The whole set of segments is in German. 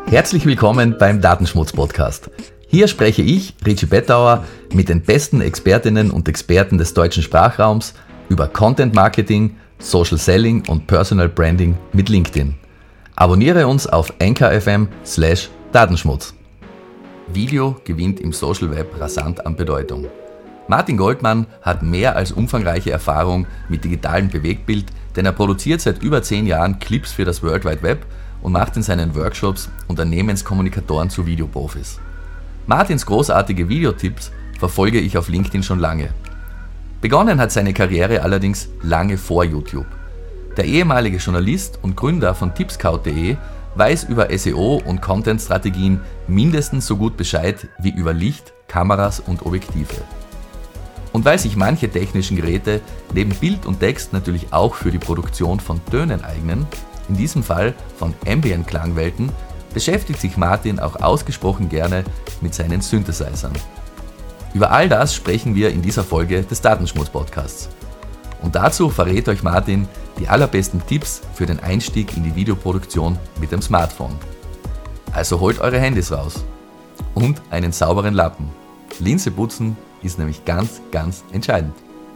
Herzlich willkommen beim Datenschmutz-Podcast. Hier spreche ich, Richie Bettauer, mit den besten Expertinnen und Experten des deutschen Sprachraums über Content Marketing, Social Selling und Personal Branding mit LinkedIn. Abonniere uns auf anchor.fm/Datenschmutz. Video gewinnt im Social Web rasant an Bedeutung. Martin Goldmann hat mehr als umfangreiche Erfahrung mit digitalem Bewegtbild, denn er produziert seit über 10 Jahren Clips für das World Wide Web und macht in seinen Workshops Unternehmenskommunikatoren zu Videoprofis. Martins großartige Videotipps verfolge ich auf LinkedIn schon lange. Begonnen hat seine Karriere allerdings lange vor YouTube. Der ehemalige Journalist und Gründer von Tipscout.de weiß über SEO und Content-Strategien mindestens so gut Bescheid wie über Licht, Kameras und Objektive. Und weil sich manche technischen Geräte neben Bild und Text natürlich auch für die Produktion von Tönen eignen, in diesem Fall von Ambient-Klangwelten, beschäftigt sich Martin auch ausgesprochen gerne mit seinen Synthesizern. Über all das sprechen wir in dieser Folge des Datenschmutz-Podcasts. Und dazu verrät euch Martin die allerbesten Tipps für den Einstieg in die Videoproduktion mit dem Smartphone. Also holt eure Handys raus und einen sauberen Lappen. Linse putzen ist nämlich ganz, ganz entscheidend.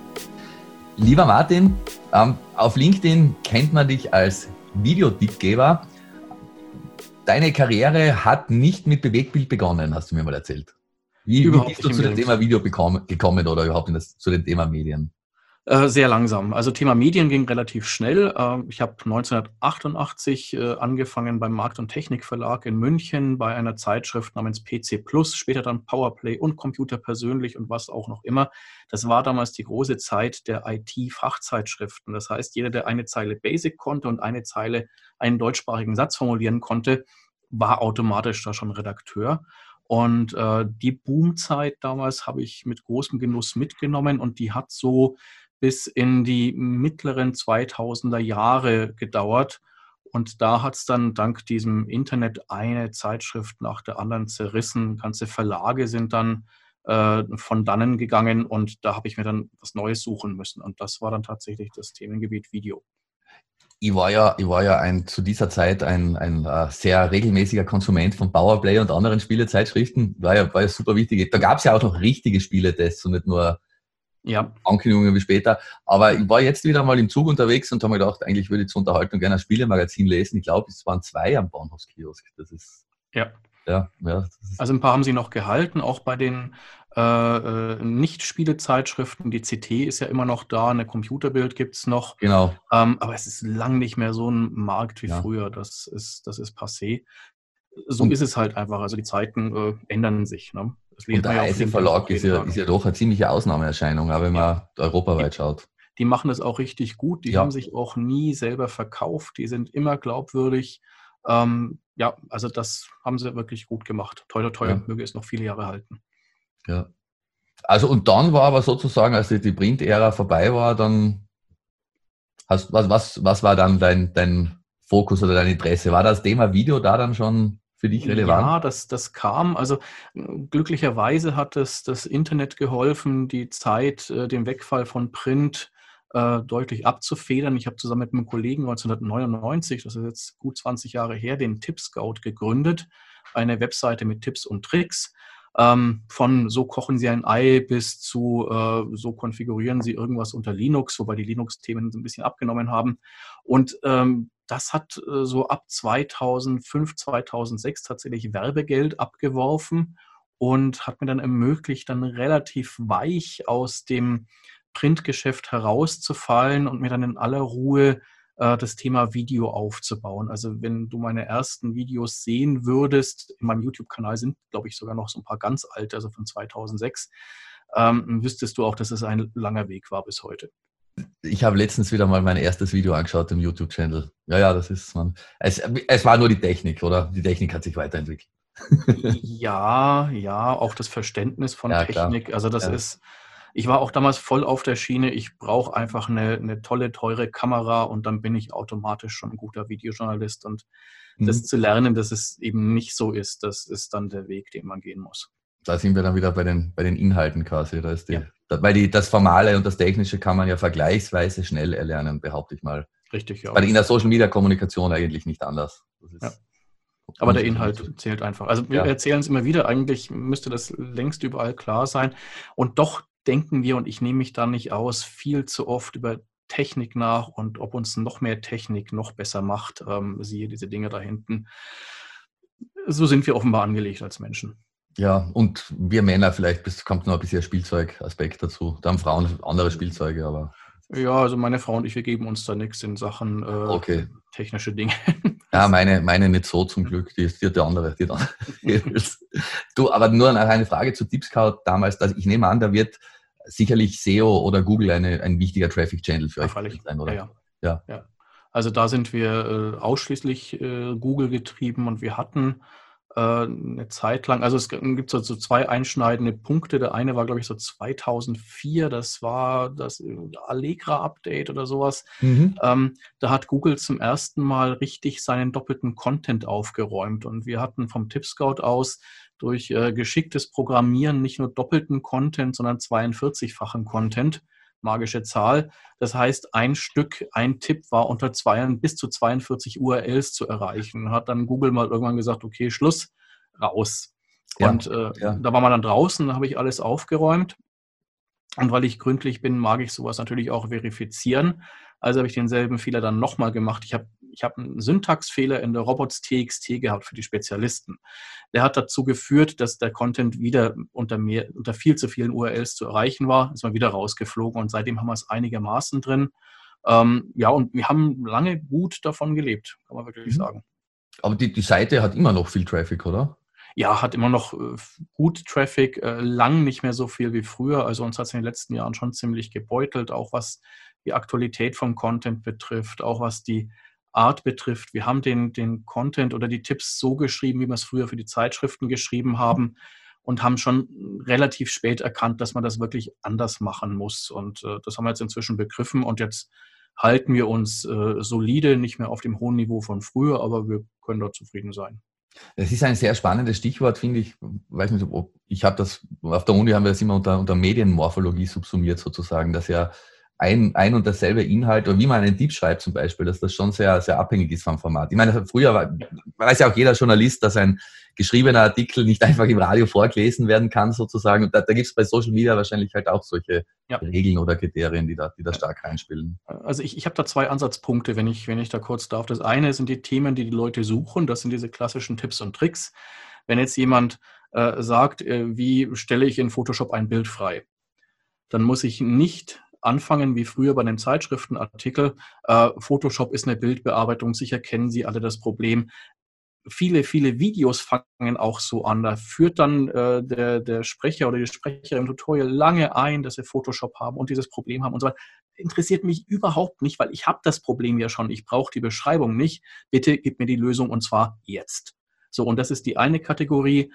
Lieber Martin, auf LinkedIn kennt man dich als Videotippgeber. Deine Karriere hat nicht mit Bewegtbild begonnen, hast du mir mal erzählt. Wie bist du zu dem Thema Video gekommen oder überhaupt zu dem Thema Medien? Sehr langsam. Also Thema Medien ging relativ schnell. Ich habe 1988 angefangen beim Markt- und Technik-Verlag in München bei einer Zeitschrift namens PC Plus, später dann Powerplay und Computer persönlich und was auch noch immer. Das war damals die große Zeit der IT-Fachzeitschriften. Das heißt, jeder, der eine Zeile Basic konnte und eine Zeile einen deutschsprachigen Satz formulieren konnte, war automatisch da schon Redakteur. Und die Boomzeit damals habe ich mit großem Genuss mitgenommen und die hat so bis in die mittleren 2000er Jahre gedauert. Und da hat es dann dank diesem Internet eine Zeitschrift nach der anderen zerrissen. Ganze Verlage sind dann von dannen gegangen und da habe ich mir dann was Neues suchen müssen. Und das war dann tatsächlich das Themengebiet Video. Ich war ja zu dieser Zeit ein sehr regelmäßiger Konsument von Powerplay und anderen Spielezeitschriften. War ja super wichtig. Da gab es ja auch noch richtige Spieletests und nicht nur Ankündigungen wie später. Aber ich war jetzt wieder mal im Zug unterwegs und habe mir gedacht, eigentlich würde ich zur Unterhaltung gerne ein Spielemagazin lesen. Ich glaube, es waren 2 am Bahnhofskiosk. Das ist Also ein paar haben sie noch gehalten, auch bei den Nicht-Spiele-Zeitschriften. Die CT ist ja immer noch da, eine Computerbild gibt es noch. Genau. Aber es ist lang nicht mehr so ein Markt wie früher. Das ist passé. So ist es halt einfach. Also die Zeiten ändern sich. Ne? Und der Eise Verlag ist ja doch eine ziemliche Ausnahmeerscheinung, auch wenn man europaweit schaut. Die machen das auch richtig gut. Die haben sich auch nie selber verkauft. Die sind immer glaubwürdig. Also das haben sie wirklich gut gemacht. Toi, toi, toi, möge es noch viele Jahre halten. Ja. Also und dann war aber sozusagen, als die Print-Ära vorbei war, dann was war dann dein Fokus oder dein Interesse? War das Thema Video da dann schon für dich relevant? Ja, das kam. Also glücklicherweise hat das Internet geholfen, die Zeit, den Wegfall von Print deutlich abzufedern. Ich habe zusammen mit einem Kollegen 1999, das ist jetzt gut 20 Jahre her, den Tipscout gegründet. Eine Webseite mit Tipps und Tricks. Von so kochen Sie ein Ei bis zu so konfigurieren Sie irgendwas unter Linux, wobei die Linux-Themen so ein bisschen abgenommen haben. Und das hat so ab 2005, 2006 tatsächlich Werbegeld abgeworfen und hat mir dann ermöglicht, dann relativ weich aus dem Printgeschäft herauszufallen und mir dann in aller Ruhe das Thema Video aufzubauen. Also wenn du meine ersten Videos sehen würdest, in meinem YouTube-Kanal sind, glaube ich, sogar noch so ein paar ganz alte, also von 2006, wüsstest du auch, dass es ein langer Weg war bis heute. Ich habe letztens wieder mal mein erstes Video angeschaut im YouTube-Channel. Ja, das ist man. Es war nur die Technik, oder? Die Technik hat sich weiterentwickelt. Ja, auch das Verständnis von Technik. Klar. Also das ist, ich war auch damals voll auf der Schiene. Ich brauche einfach eine tolle, teure Kamera und dann bin ich automatisch schon ein guter Videojournalist. Und das zu lernen, dass es eben nicht so ist, das ist dann der Weg, den man gehen muss. Da sind wir dann wieder bei den Inhalten quasi. Da ist weil das Formale und das Technische kann man ja vergleichsweise schnell erlernen, behaupte ich mal. Richtig, ja. In der Social-Media-Kommunikation eigentlich nicht anders. Aber der Inhalt zählt einfach. Also wir erzählen es immer wieder, eigentlich müsste das längst überall klar sein. Und doch denken wir, und ich nehme mich da nicht aus, viel zu oft über Technik nach und ob uns noch mehr Technik noch besser macht. Siehe diese Dinge da hinten. So sind wir offenbar angelegt als Menschen. Ja, und wir Männer vielleicht, kommt noch ein bisschen Spielzeugaspekt dazu. Da haben Frauen andere Spielzeuge, aber... Ja, also meine Frau und ich, wir geben uns da nichts in Sachen technische Dinge. Ja, meine nicht so zum Glück, die hat der andere. Du, aber nur eine Frage zu Tipscout damals. Also ich nehme an, da wird sicherlich SEO oder Google ein wichtiger Traffic-Channel für euch sein, oder? Ja. Also da sind wir ausschließlich Google getrieben und wir hatten eine Zeit lang, also es gibt so zwei einschneidende Punkte. Der eine war, glaube ich, so 2004, das war das Allegra-Update oder sowas. Da hat Google zum ersten Mal richtig seinen doppelten Content aufgeräumt und wir hatten vom Tipscout aus durch geschicktes Programmieren nicht nur doppelten Content, sondern 42-fachen Content. Magische Zahl. Das heißt, ein Tipp war unter bis zu 42 URLs zu erreichen. Hat dann Google mal irgendwann gesagt, okay, Schluss, raus. Und da war man dann draußen, da habe ich alles aufgeräumt. Und weil ich gründlich bin, mag ich sowas natürlich auch verifizieren. Also habe ich denselben Fehler dann nochmal gemacht. Ich habe einen Syntaxfehler in der robots.txt gehabt für die Spezialisten. Der hat dazu geführt, dass der Content wieder unter viel zu vielen URLs zu erreichen war. Ist mal wieder rausgeflogen und seitdem haben wir es einigermaßen drin. Und wir haben lange gut davon gelebt, kann man wirklich sagen. Aber die Seite hat immer noch viel Traffic, oder? Ja, hat immer noch gut Traffic, lang nicht mehr so viel wie früher. Also uns hat es in den letzten Jahren schon ziemlich gebeutelt, auch was die Aktualität vom Content betrifft, auch was die Art betrifft. Wir haben den Content oder die Tipps so geschrieben, wie wir es früher für die Zeitschriften geschrieben haben und haben schon relativ spät erkannt, dass man das wirklich anders machen muss. Und das haben wir jetzt inzwischen begriffen und jetzt halten wir uns solide, nicht mehr auf dem hohen Niveau von früher, aber wir können da zufrieden sein. Es ist ein sehr spannendes Stichwort, finde ich. Weiß nicht, ich habe das, auf der Uni haben wir das immer unter Medienmorphologie subsumiert sozusagen, dass ja ein und derselbe Inhalt, oder wie man einen Tipp schreibt zum Beispiel, dass das schon sehr, sehr abhängig ist vom Format. Ich meine, früher weiß ja auch jeder Journalist, dass ein geschriebener Artikel nicht einfach im Radio vorgelesen werden kann sozusagen. Und da gibt es bei Social Media wahrscheinlich halt auch solche Regeln oder Kriterien, die da stark reinspielen. Also ich habe da zwei Ansatzpunkte, wenn ich da kurz darf. Das eine sind die Themen, die Leute suchen. Das sind diese klassischen Tipps und Tricks. Wenn jetzt jemand sagt, wie stelle ich in Photoshop ein Bild frei, dann muss ich nicht anfangen, wie früher bei einem Zeitschriftenartikel. Photoshop ist eine Bildbearbeitung, sicher kennen Sie alle das Problem. Viele Videos fangen auch so an. Da führt dann der Sprecher oder die Sprecherin im Tutorial lange ein, dass sie Photoshop haben und dieses Problem haben und so weiter. Interessiert mich überhaupt nicht, weil ich habe das Problem ja schon. Ich brauche die Beschreibung nicht. Bitte gib mir die Lösung und zwar jetzt. So, und das ist die eine Kategorie,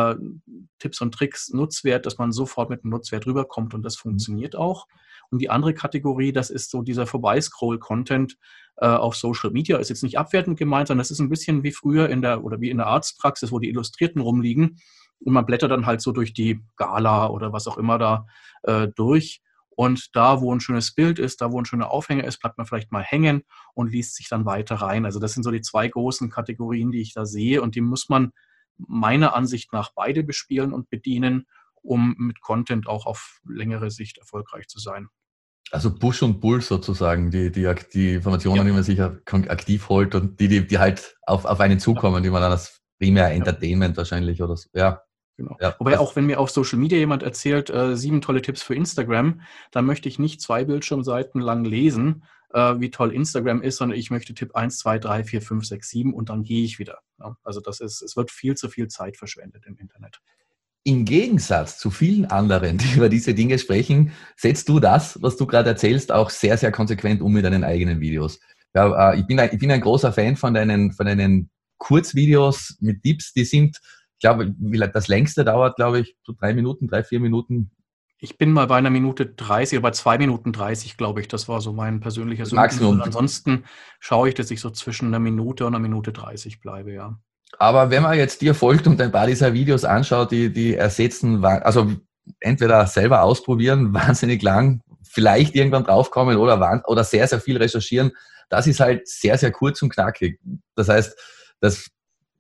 Tipps und Tricks, Nutzwert, dass man sofort mit dem Nutzwert rüberkommt und das funktioniert auch. Und die andere Kategorie, das ist so dieser Vorbeiscroll-Content auf Social Media. Ist jetzt nicht abwertend gemeint, sondern das ist ein bisschen wie früher wie in der Arztpraxis, wo die Illustrierten rumliegen. Und man blättert dann halt so durch die Gala oder was auch immer da durch. Und da, wo ein schönes Bild ist, da, wo ein schöner Aufhänger ist, bleibt man vielleicht mal hängen und liest sich dann weiter rein. Also das sind so die zwei großen Kategorien, die ich da sehe. Und die muss man meiner Ansicht nach beide bespielen und bedienen, um mit Content auch auf längere Sicht erfolgreich zu sein. Also Push und Pull sozusagen, die Informationen, die man sich aktiv holt und die halt auf einen zukommen, die man dann als primär Entertainment wahrscheinlich oder so, Genau. Ja. Wobei auch, wenn mir auf Social Media jemand erzählt, 7 tolle Tipps für Instagram, dann möchte ich nicht 2 Bildschirmseiten lang lesen, wie toll Instagram ist, sondern ich möchte Tipp 1, 2, 3, 4, 5, 6, 7 und dann gehe ich wieder. Ja, also es wird viel zu viel Zeit verschwendet im Internet. Im Gegensatz zu vielen anderen, die über diese Dinge sprechen, setzt du das, was du gerade erzählst, auch sehr, sehr konsequent um mit deinen eigenen Videos. Ja, ich bin ein großer Fan von deinen Kurzvideos mit Tipps, die sind, ich glaube, das längste dauert, glaube ich, so 3, 4 Minuten. Ich bin mal bei 1 Minute 30 oder bei 2 Minuten 30, glaube ich. Das war so mein persönlicher Maximum. Ansonsten schaue ich, dass ich so zwischen 1 Minute und 1 Minute 30 bleibe, ja. Aber wenn man jetzt dir folgt und ein paar dieser Videos anschaut, die ersetzen, also entweder selber ausprobieren, wahnsinnig lang, vielleicht irgendwann draufkommen oder sehr, sehr viel recherchieren, das ist halt sehr, sehr kurz und knackig. Das heißt, das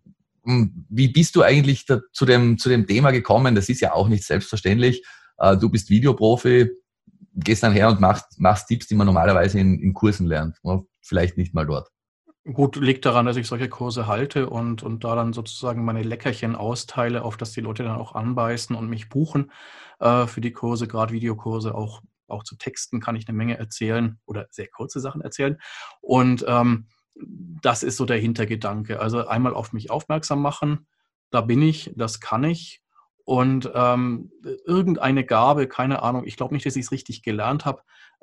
Wie bist du eigentlich zu dem Thema gekommen? Das ist ja auch nicht selbstverständlich. Du bist Videoprofi, gehst dann her und machst Tipps, die man normalerweise in Kursen lernt. Vielleicht nicht mal dort. Gut, liegt daran, dass ich solche Kurse halte und da dann sozusagen meine Leckerchen austeile, auf dass die Leute dann auch anbeißen und mich buchen für die Kurse, gerade Videokurse, auch zu Texten kann ich eine Menge erzählen oder sehr kurze Sachen erzählen. Und das ist so der Hintergedanke. Also einmal auf mich aufmerksam machen, da bin ich, das kann ich. Und irgendeine Gabe, keine Ahnung, ich glaube nicht, dass ich es richtig gelernt habe,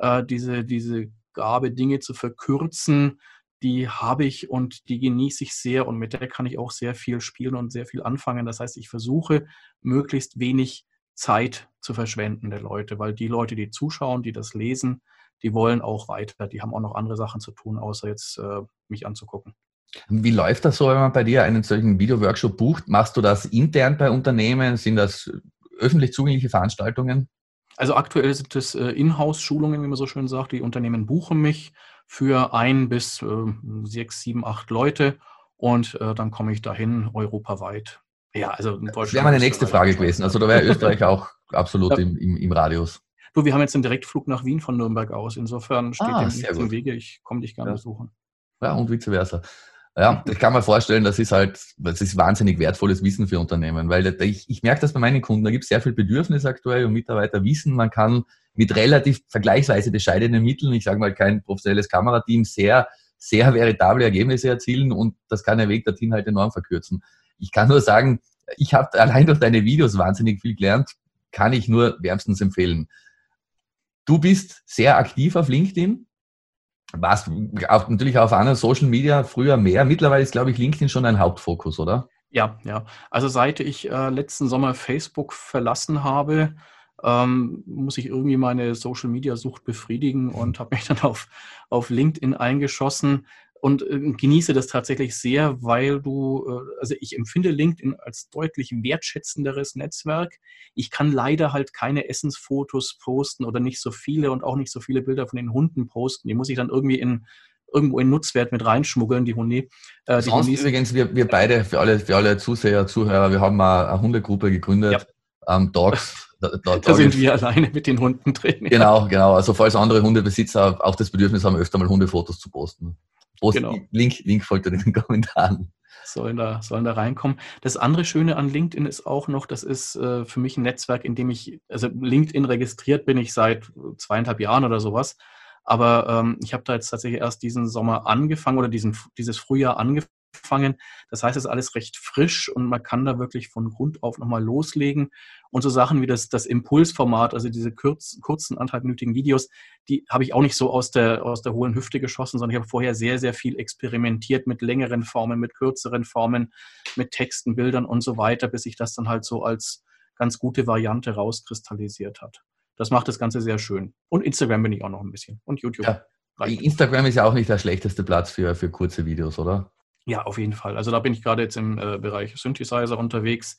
diese Gabe, Dinge zu verkürzen, die habe ich und die genieße ich sehr und mit der kann ich auch sehr viel spielen und sehr viel anfangen. Das heißt, ich versuche, möglichst wenig Zeit zu verschwenden der Leute, weil die Leute, die zuschauen, die das lesen, die wollen auch weiter. Die haben auch noch andere Sachen zu tun, außer jetzt mich anzugucken. Wie läuft das so, wenn man bei dir einen solchen Video-Workshop bucht? Machst du das intern bei Unternehmen? Sind das öffentlich zugängliche Veranstaltungen? Also aktuell sind es Inhouse-Schulungen, wie man so schön sagt. Die Unternehmen buchen mich für 1 bis 6, 7, 8 Leute und dann komme ich dahin europaweit. Ja, also in Das wäre Deutschland, meine nächste Österreich, Frage Schweiz. gewesen. Also da wäre Österreich auch absolut Ja. im Radius. Du, wir haben jetzt einen Direktflug nach Wien von Nürnberg aus. Insofern steht dem Sehr nichts im gut. Wege. Ich komme dich gern Ja. besuchen. Ja, und vice versa. Ja, ich kann mir vorstellen, das ist wahnsinnig wertvolles Wissen für Unternehmen, weil ich merke das bei meinen Kunden, da gibt es sehr viel Bedürfnis aktuell und Mitarbeiter wissen, man kann mit relativ vergleichsweise bescheidenen Mitteln, ich sage mal kein professionelles Kamerateam, sehr, sehr veritable Ergebnisse erzielen und das kann der Weg dorthin halt enorm verkürzen. Ich kann nur sagen, ich habe allein durch deine Videos wahnsinnig viel gelernt, kann ich nur wärmstens empfehlen. Du bist sehr aktiv auf LinkedIn. Warst natürlich auf anderen Social Media früher mehr. Mittlerweile ist, glaube ich, LinkedIn schon ein Hauptfokus, oder? Ja, ja. Also seit ich letzten Sommer Facebook verlassen habe, muss ich irgendwie meine Social-Media-Sucht befriedigen und habe mich dann auf LinkedIn eingeschossen und genieße das tatsächlich sehr, weil also ich empfinde LinkedIn als deutlich wertschätzenderes Netzwerk. Ich kann leider halt keine Essensfotos posten oder nicht so viele und auch nicht so viele Bilder von den Hunden posten. Die muss ich dann irgendwo in Nutzwert mit reinschmuggeln, die Hunde. Die Sonst Hundis. übrigens, wir beide, für alle Zuseher, Zuhörer, wir haben eine Hundegruppe gegründet, Dogs. Da sind wir alleine mit den Hunden drin. Ja. Genau. Also falls andere Hundebesitzer auch das Bedürfnis haben, öfter mal Hundefotos zu posten. Genau. Link folgt in den Kommentaren. Sollen da reinkommen. Das andere Schöne an LinkedIn ist auch noch, das ist für mich ein Netzwerk, in dem also LinkedIn registriert bin ich seit 2,5 Jahren oder sowas. Aber ich habe da jetzt tatsächlich erst diesen Sommer angefangen oder dieses Frühjahr angefangen. Das heißt, es ist alles recht frisch und man kann da wirklich von Grund auf nochmal loslegen. Und so Sachen wie das Impulsformat, also diese kurzen 1,5-minütigen Videos, die habe ich auch nicht so aus der hohlen Hüfte geschossen, sondern ich habe vorher sehr, sehr viel experimentiert mit längeren Formen, mit kürzeren Formen, mit Texten, Bildern und so weiter, bis sich das dann halt so als ganz gute Variante rauskristallisiert hat. Das macht das Ganze sehr schön. Und Instagram bin ich auch noch ein bisschen. Und YouTube. Ja. Instagram ist ja auch nicht der schlechteste Platz für kurze Videos, oder? Ja, auf jeden Fall. Also da bin ich gerade jetzt im Bereich Synthesizer unterwegs.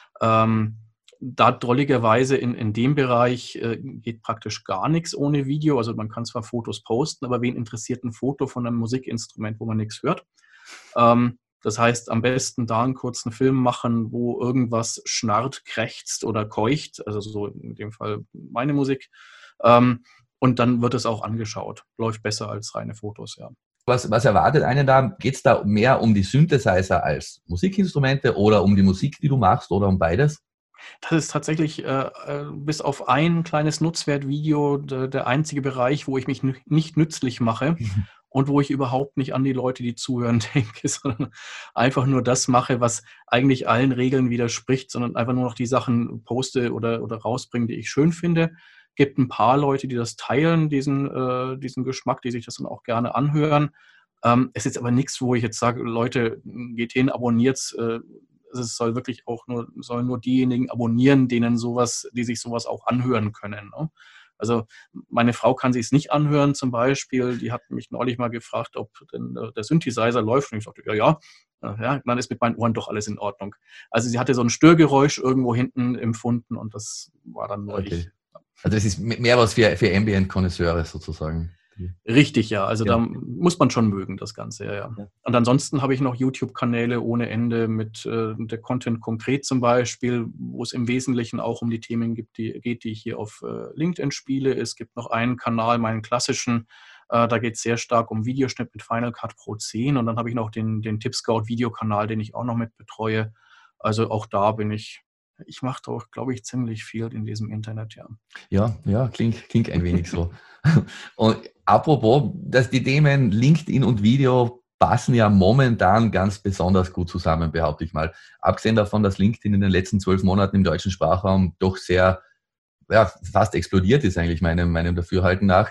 Da drolligerweise in dem Bereich geht praktisch gar nichts ohne Video. Also man kann zwar Fotos posten, aber wen interessiert ein Foto von einem Musikinstrument, wo man nichts hört? Das heißt, am besten da einen kurzen Film machen, wo irgendwas schnarrt, krächzt oder keucht. Also so in dem Fall meine Musik. Und dann wird es auch angeschaut. Läuft besser als reine Fotos, ja. Was erwartet einen da? Geht es da mehr um die Synthesizer als Musikinstrumente oder um die Musik, die du machst oder um beides? Das ist tatsächlich bis auf ein kleines Nutzwertvideo der einzige Bereich, wo ich mich nicht nützlich mache und wo ich überhaupt nicht an die Leute, die zuhören, denke, sondern einfach nur das mache, was eigentlich allen Regeln widerspricht, sondern einfach nur noch die Sachen poste oder rausbringe, die ich schön finde. Gibt ein paar Leute, die das teilen, diesen Geschmack, die sich das dann auch gerne anhören. Es ist aber nichts, wo ich jetzt sage, Leute, geht hin, abonniert's. Es soll wirklich sollen nur diejenigen abonnieren, die sich sowas auch anhören können. Ne? Also meine Frau kann sich es nicht anhören zum Beispiel. Die hat mich neulich mal gefragt, ob denn der Synthesizer läuft. Und ich sagte, ja, dann ist mit meinen Ohren doch alles in Ordnung. Also sie hatte so ein Störgeräusch irgendwo hinten empfunden und das war dann nur Okay. ich. Also das ist mehr was für Ambient-Konnoisseure sozusagen. Richtig, ja. Also da Ja. muss man schon mögen, das Ganze, ja. Ja. Und ansonsten habe ich noch YouTube-Kanäle ohne Ende mit der Content konkret zum Beispiel, wo es im Wesentlichen auch um die Themen geht, die ich hier auf LinkedIn spiele. Es gibt noch einen Kanal, meinen klassischen, da geht es sehr stark um Videoschnitt mit Final Cut Pro 10. Und dann habe ich noch den Tipp-Scout-Videokanal, den ich auch noch mit betreue. Also auch da ich mache doch, glaube ich, ziemlich viel in diesem Internet, ja. Ja, klingt ein wenig so. Und apropos, dass die Themen LinkedIn und Video passen ja momentan ganz besonders gut zusammen, behaupte ich mal. Abgesehen davon, dass LinkedIn in den letzten 12 Monaten im deutschen Sprachraum doch sehr, ja, fast explodiert ist eigentlich meinem Dafürhalten nach,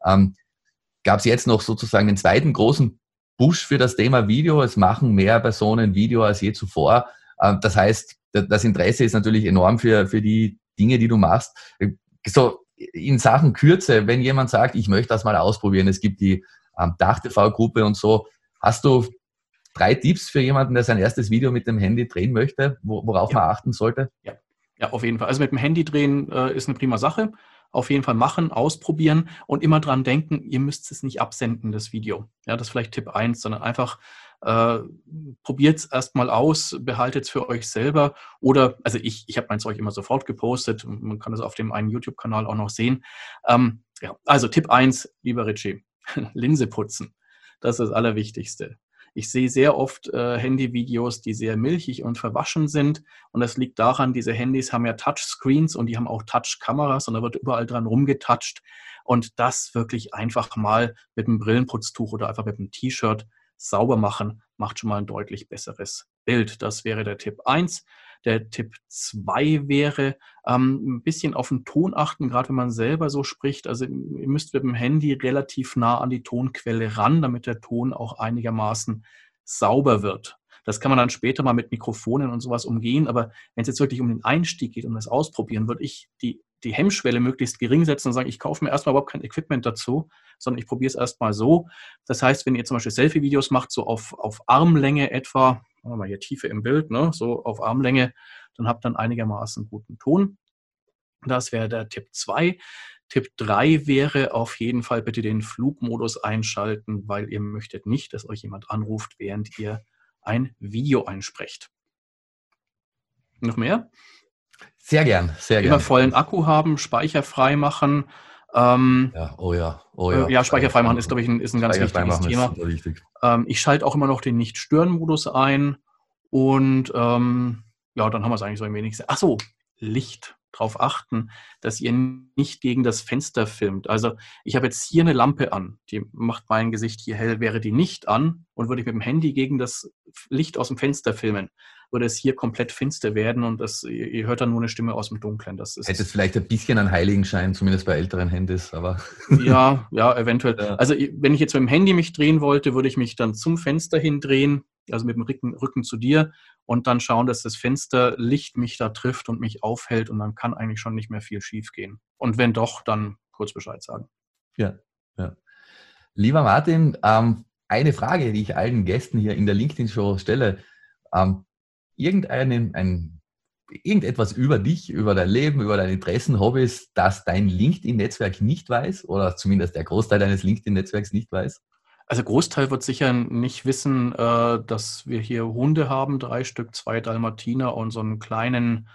gab es jetzt noch sozusagen einen zweiten großen Push für das Thema Video. Es machen mehr Personen Video als je zuvor. Das heißt, das Interesse ist natürlich enorm für die Dinge, die du machst. So in Sachen Kürze, wenn jemand sagt, ich möchte das mal ausprobieren, es gibt die Dach-TV-Gruppe und so. Hast du 3 Tipps für jemanden, der sein erstes Video mit dem Handy drehen möchte, worauf man achten sollte? Ja, auf jeden Fall. Also mit dem Handy drehen ist eine prima Sache. Auf jeden Fall machen, ausprobieren und immer dran denken, ihr müsst es nicht absenden, das Video. Ja, das ist vielleicht Tipp 1, sondern einfach probiert es erstmal aus, behaltet es für euch selber. Oder, also ich habe mein Zeug immer sofort gepostet und man kann es auf dem einen YouTube-Kanal auch noch sehen. Ja, also Tipp 1, lieber Richie, Linse putzen. Das ist das Allerwichtigste. Ich sehe sehr oft Handyvideos, die sehr milchig und verwaschen sind. Und das liegt daran, diese Handys haben ja Touchscreens und die haben auch Touchkameras und da wird überall dran rumgetoucht. Und das wirklich einfach mal mit einem Brillenputztuch oder einfach mit einem T-Shirt sauber machen, macht schon mal ein deutlich besseres Bild. Das wäre der Tipp 1. Der Tipp 2 wäre, ein bisschen auf den Ton achten, gerade wenn man selber so spricht. Also ihr müsst mit dem Handy relativ nah an die Tonquelle ran, damit der Ton auch einigermaßen sauber wird. Das kann man dann später mal mit Mikrofonen und sowas umgehen, aber wenn es jetzt wirklich um den Einstieg geht, um das Ausprobieren, würde ich die Hemmschwelle möglichst gering setzen und sagen, ich kaufe mir erstmal überhaupt kein Equipment dazu, sondern ich probiere es erstmal so. Das heißt, wenn ihr zum Beispiel Selfie-Videos macht, so auf Armlänge etwa, machen wir mal hier Tiefe im Bild, ne, so auf Armlänge, dann habt ihr dann einigermaßen guten Ton. Das wäre der Tipp 2. Tipp 3 wäre auf jeden Fall bitte den Flugmodus einschalten, weil ihr möchtet nicht, dass euch jemand anruft, während ihr ein Video einsprecht. Noch mehr? Sehr gern. Immer vollen Akku haben, speicherfrei machen. Ja, speicherfrei machen ist, glaube ich, ein ganz wichtiges Thema. Wichtig. Ich schalte auch immer noch den Nicht-Stören-Modus ein und dann haben wir es eigentlich so ein wenig. Ach so, Licht. Darauf achten, dass ihr nicht gegen das Fenster filmt. Also ich habe jetzt hier eine Lampe an, die macht mein Gesicht hier hell. Wäre die nicht an und würde ich mit dem Handy gegen das Licht aus dem Fenster filmen, würde es hier komplett finster werden und ihr hört dann nur eine Stimme aus dem Dunkeln. Hätte es vielleicht ein bisschen einen Heiligenschein, zumindest bei älteren Handys, aber... Ja, eventuell. Ja. Also wenn ich jetzt mit dem Handy mich drehen wollte, würde ich mich dann zum Fenster hindrehen, also mit dem Rücken zu dir und dann schauen, dass das Fensterlicht mich da trifft und mich aufhält und dann kann eigentlich schon nicht mehr viel schief gehen. Und wenn doch, dann kurz Bescheid sagen. Ja. Lieber Martin, eine Frage, die ich allen Gästen hier in der LinkedIn-Show stelle. Irgendetwas über dich, über dein Leben, über deine Interessen, Hobbys, das dein LinkedIn-Netzwerk nicht weiß oder zumindest der Großteil deines LinkedIn-Netzwerks nicht weiß? Also Großteil wird sicher nicht wissen, dass wir hier Hunde haben, 3 Stück, 2 Dalmatiner und so einen kleinen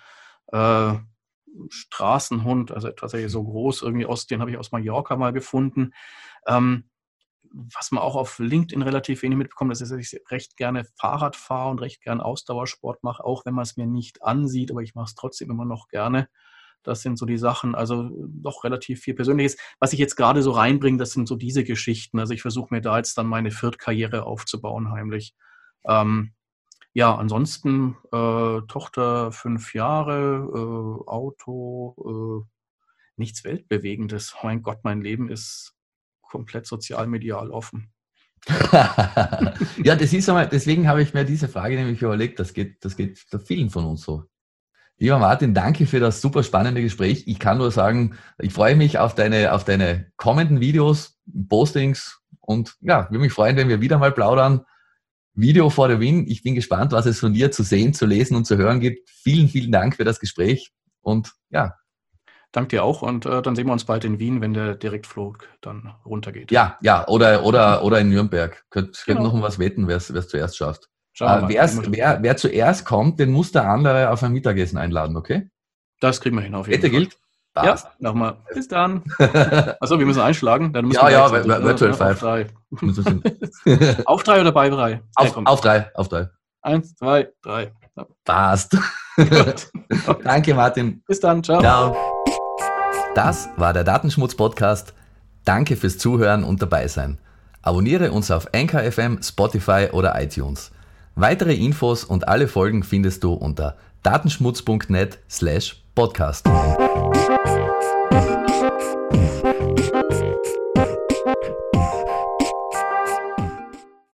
Straßenhund, also tatsächlich so groß, den habe ich aus Mallorca mal gefunden. Was man auch auf LinkedIn relativ wenig mitbekommt, ist, dass ich recht gerne Fahrrad fahre und recht gerne Ausdauersport mache, auch wenn man es mir nicht ansieht, aber ich mache es trotzdem immer noch gerne. Das sind so die Sachen, also doch relativ viel Persönliches. Was ich jetzt gerade so reinbringe, das sind so diese Geschichten. Also ich versuche mir da jetzt dann meine Viertkarriere aufzubauen, heimlich. Ansonsten Tochter 5 Jahre, Auto, nichts Weltbewegendes. Oh mein Gott, mein Leben ist komplett sozialmedial offen. Ja, das ist einmal, deswegen habe ich mir diese Frage nämlich überlegt, das geht vielen von uns so. Lieber Martin, danke für das super spannende Gespräch. Ich kann nur sagen, ich freue mich auf deine kommenden Videos, Postings und ja, würde mich freuen, wenn wir wieder mal plaudern. Video for the win. Ich bin gespannt, was es von dir zu sehen, zu lesen und zu hören gibt. Vielen, vielen Dank für das Gespräch und ja. Danke dir auch und dann sehen wir uns bald in Wien, wenn der Direktflug dann runtergeht. Ja, oder in Nürnberg. Könnt Genau. noch um was wetten, wer es zuerst schafft. Schauen wir mal. Wer zuerst kommt, den muss der andere auf ein Mittagessen einladen, okay? Das kriegen wir hin auf jeden Wette Fall. gilt? Ja, nochmal. Bis dann. Achso, wir müssen einschlagen. Dann müssen Virtual 5. Auf 3. Auf 3 oder bei 3? Auf 3. 1, 2, 3. Passt. Danke, Martin. Bis dann. Ciao. Ciao. Das war der Datenschmutz-Podcast. Danke fürs Zuhören und dabei sein. Abonniere uns auf Anchor FM, Spotify oder iTunes. Weitere Infos und alle Folgen findest du unter datenschmutz.net/podcast.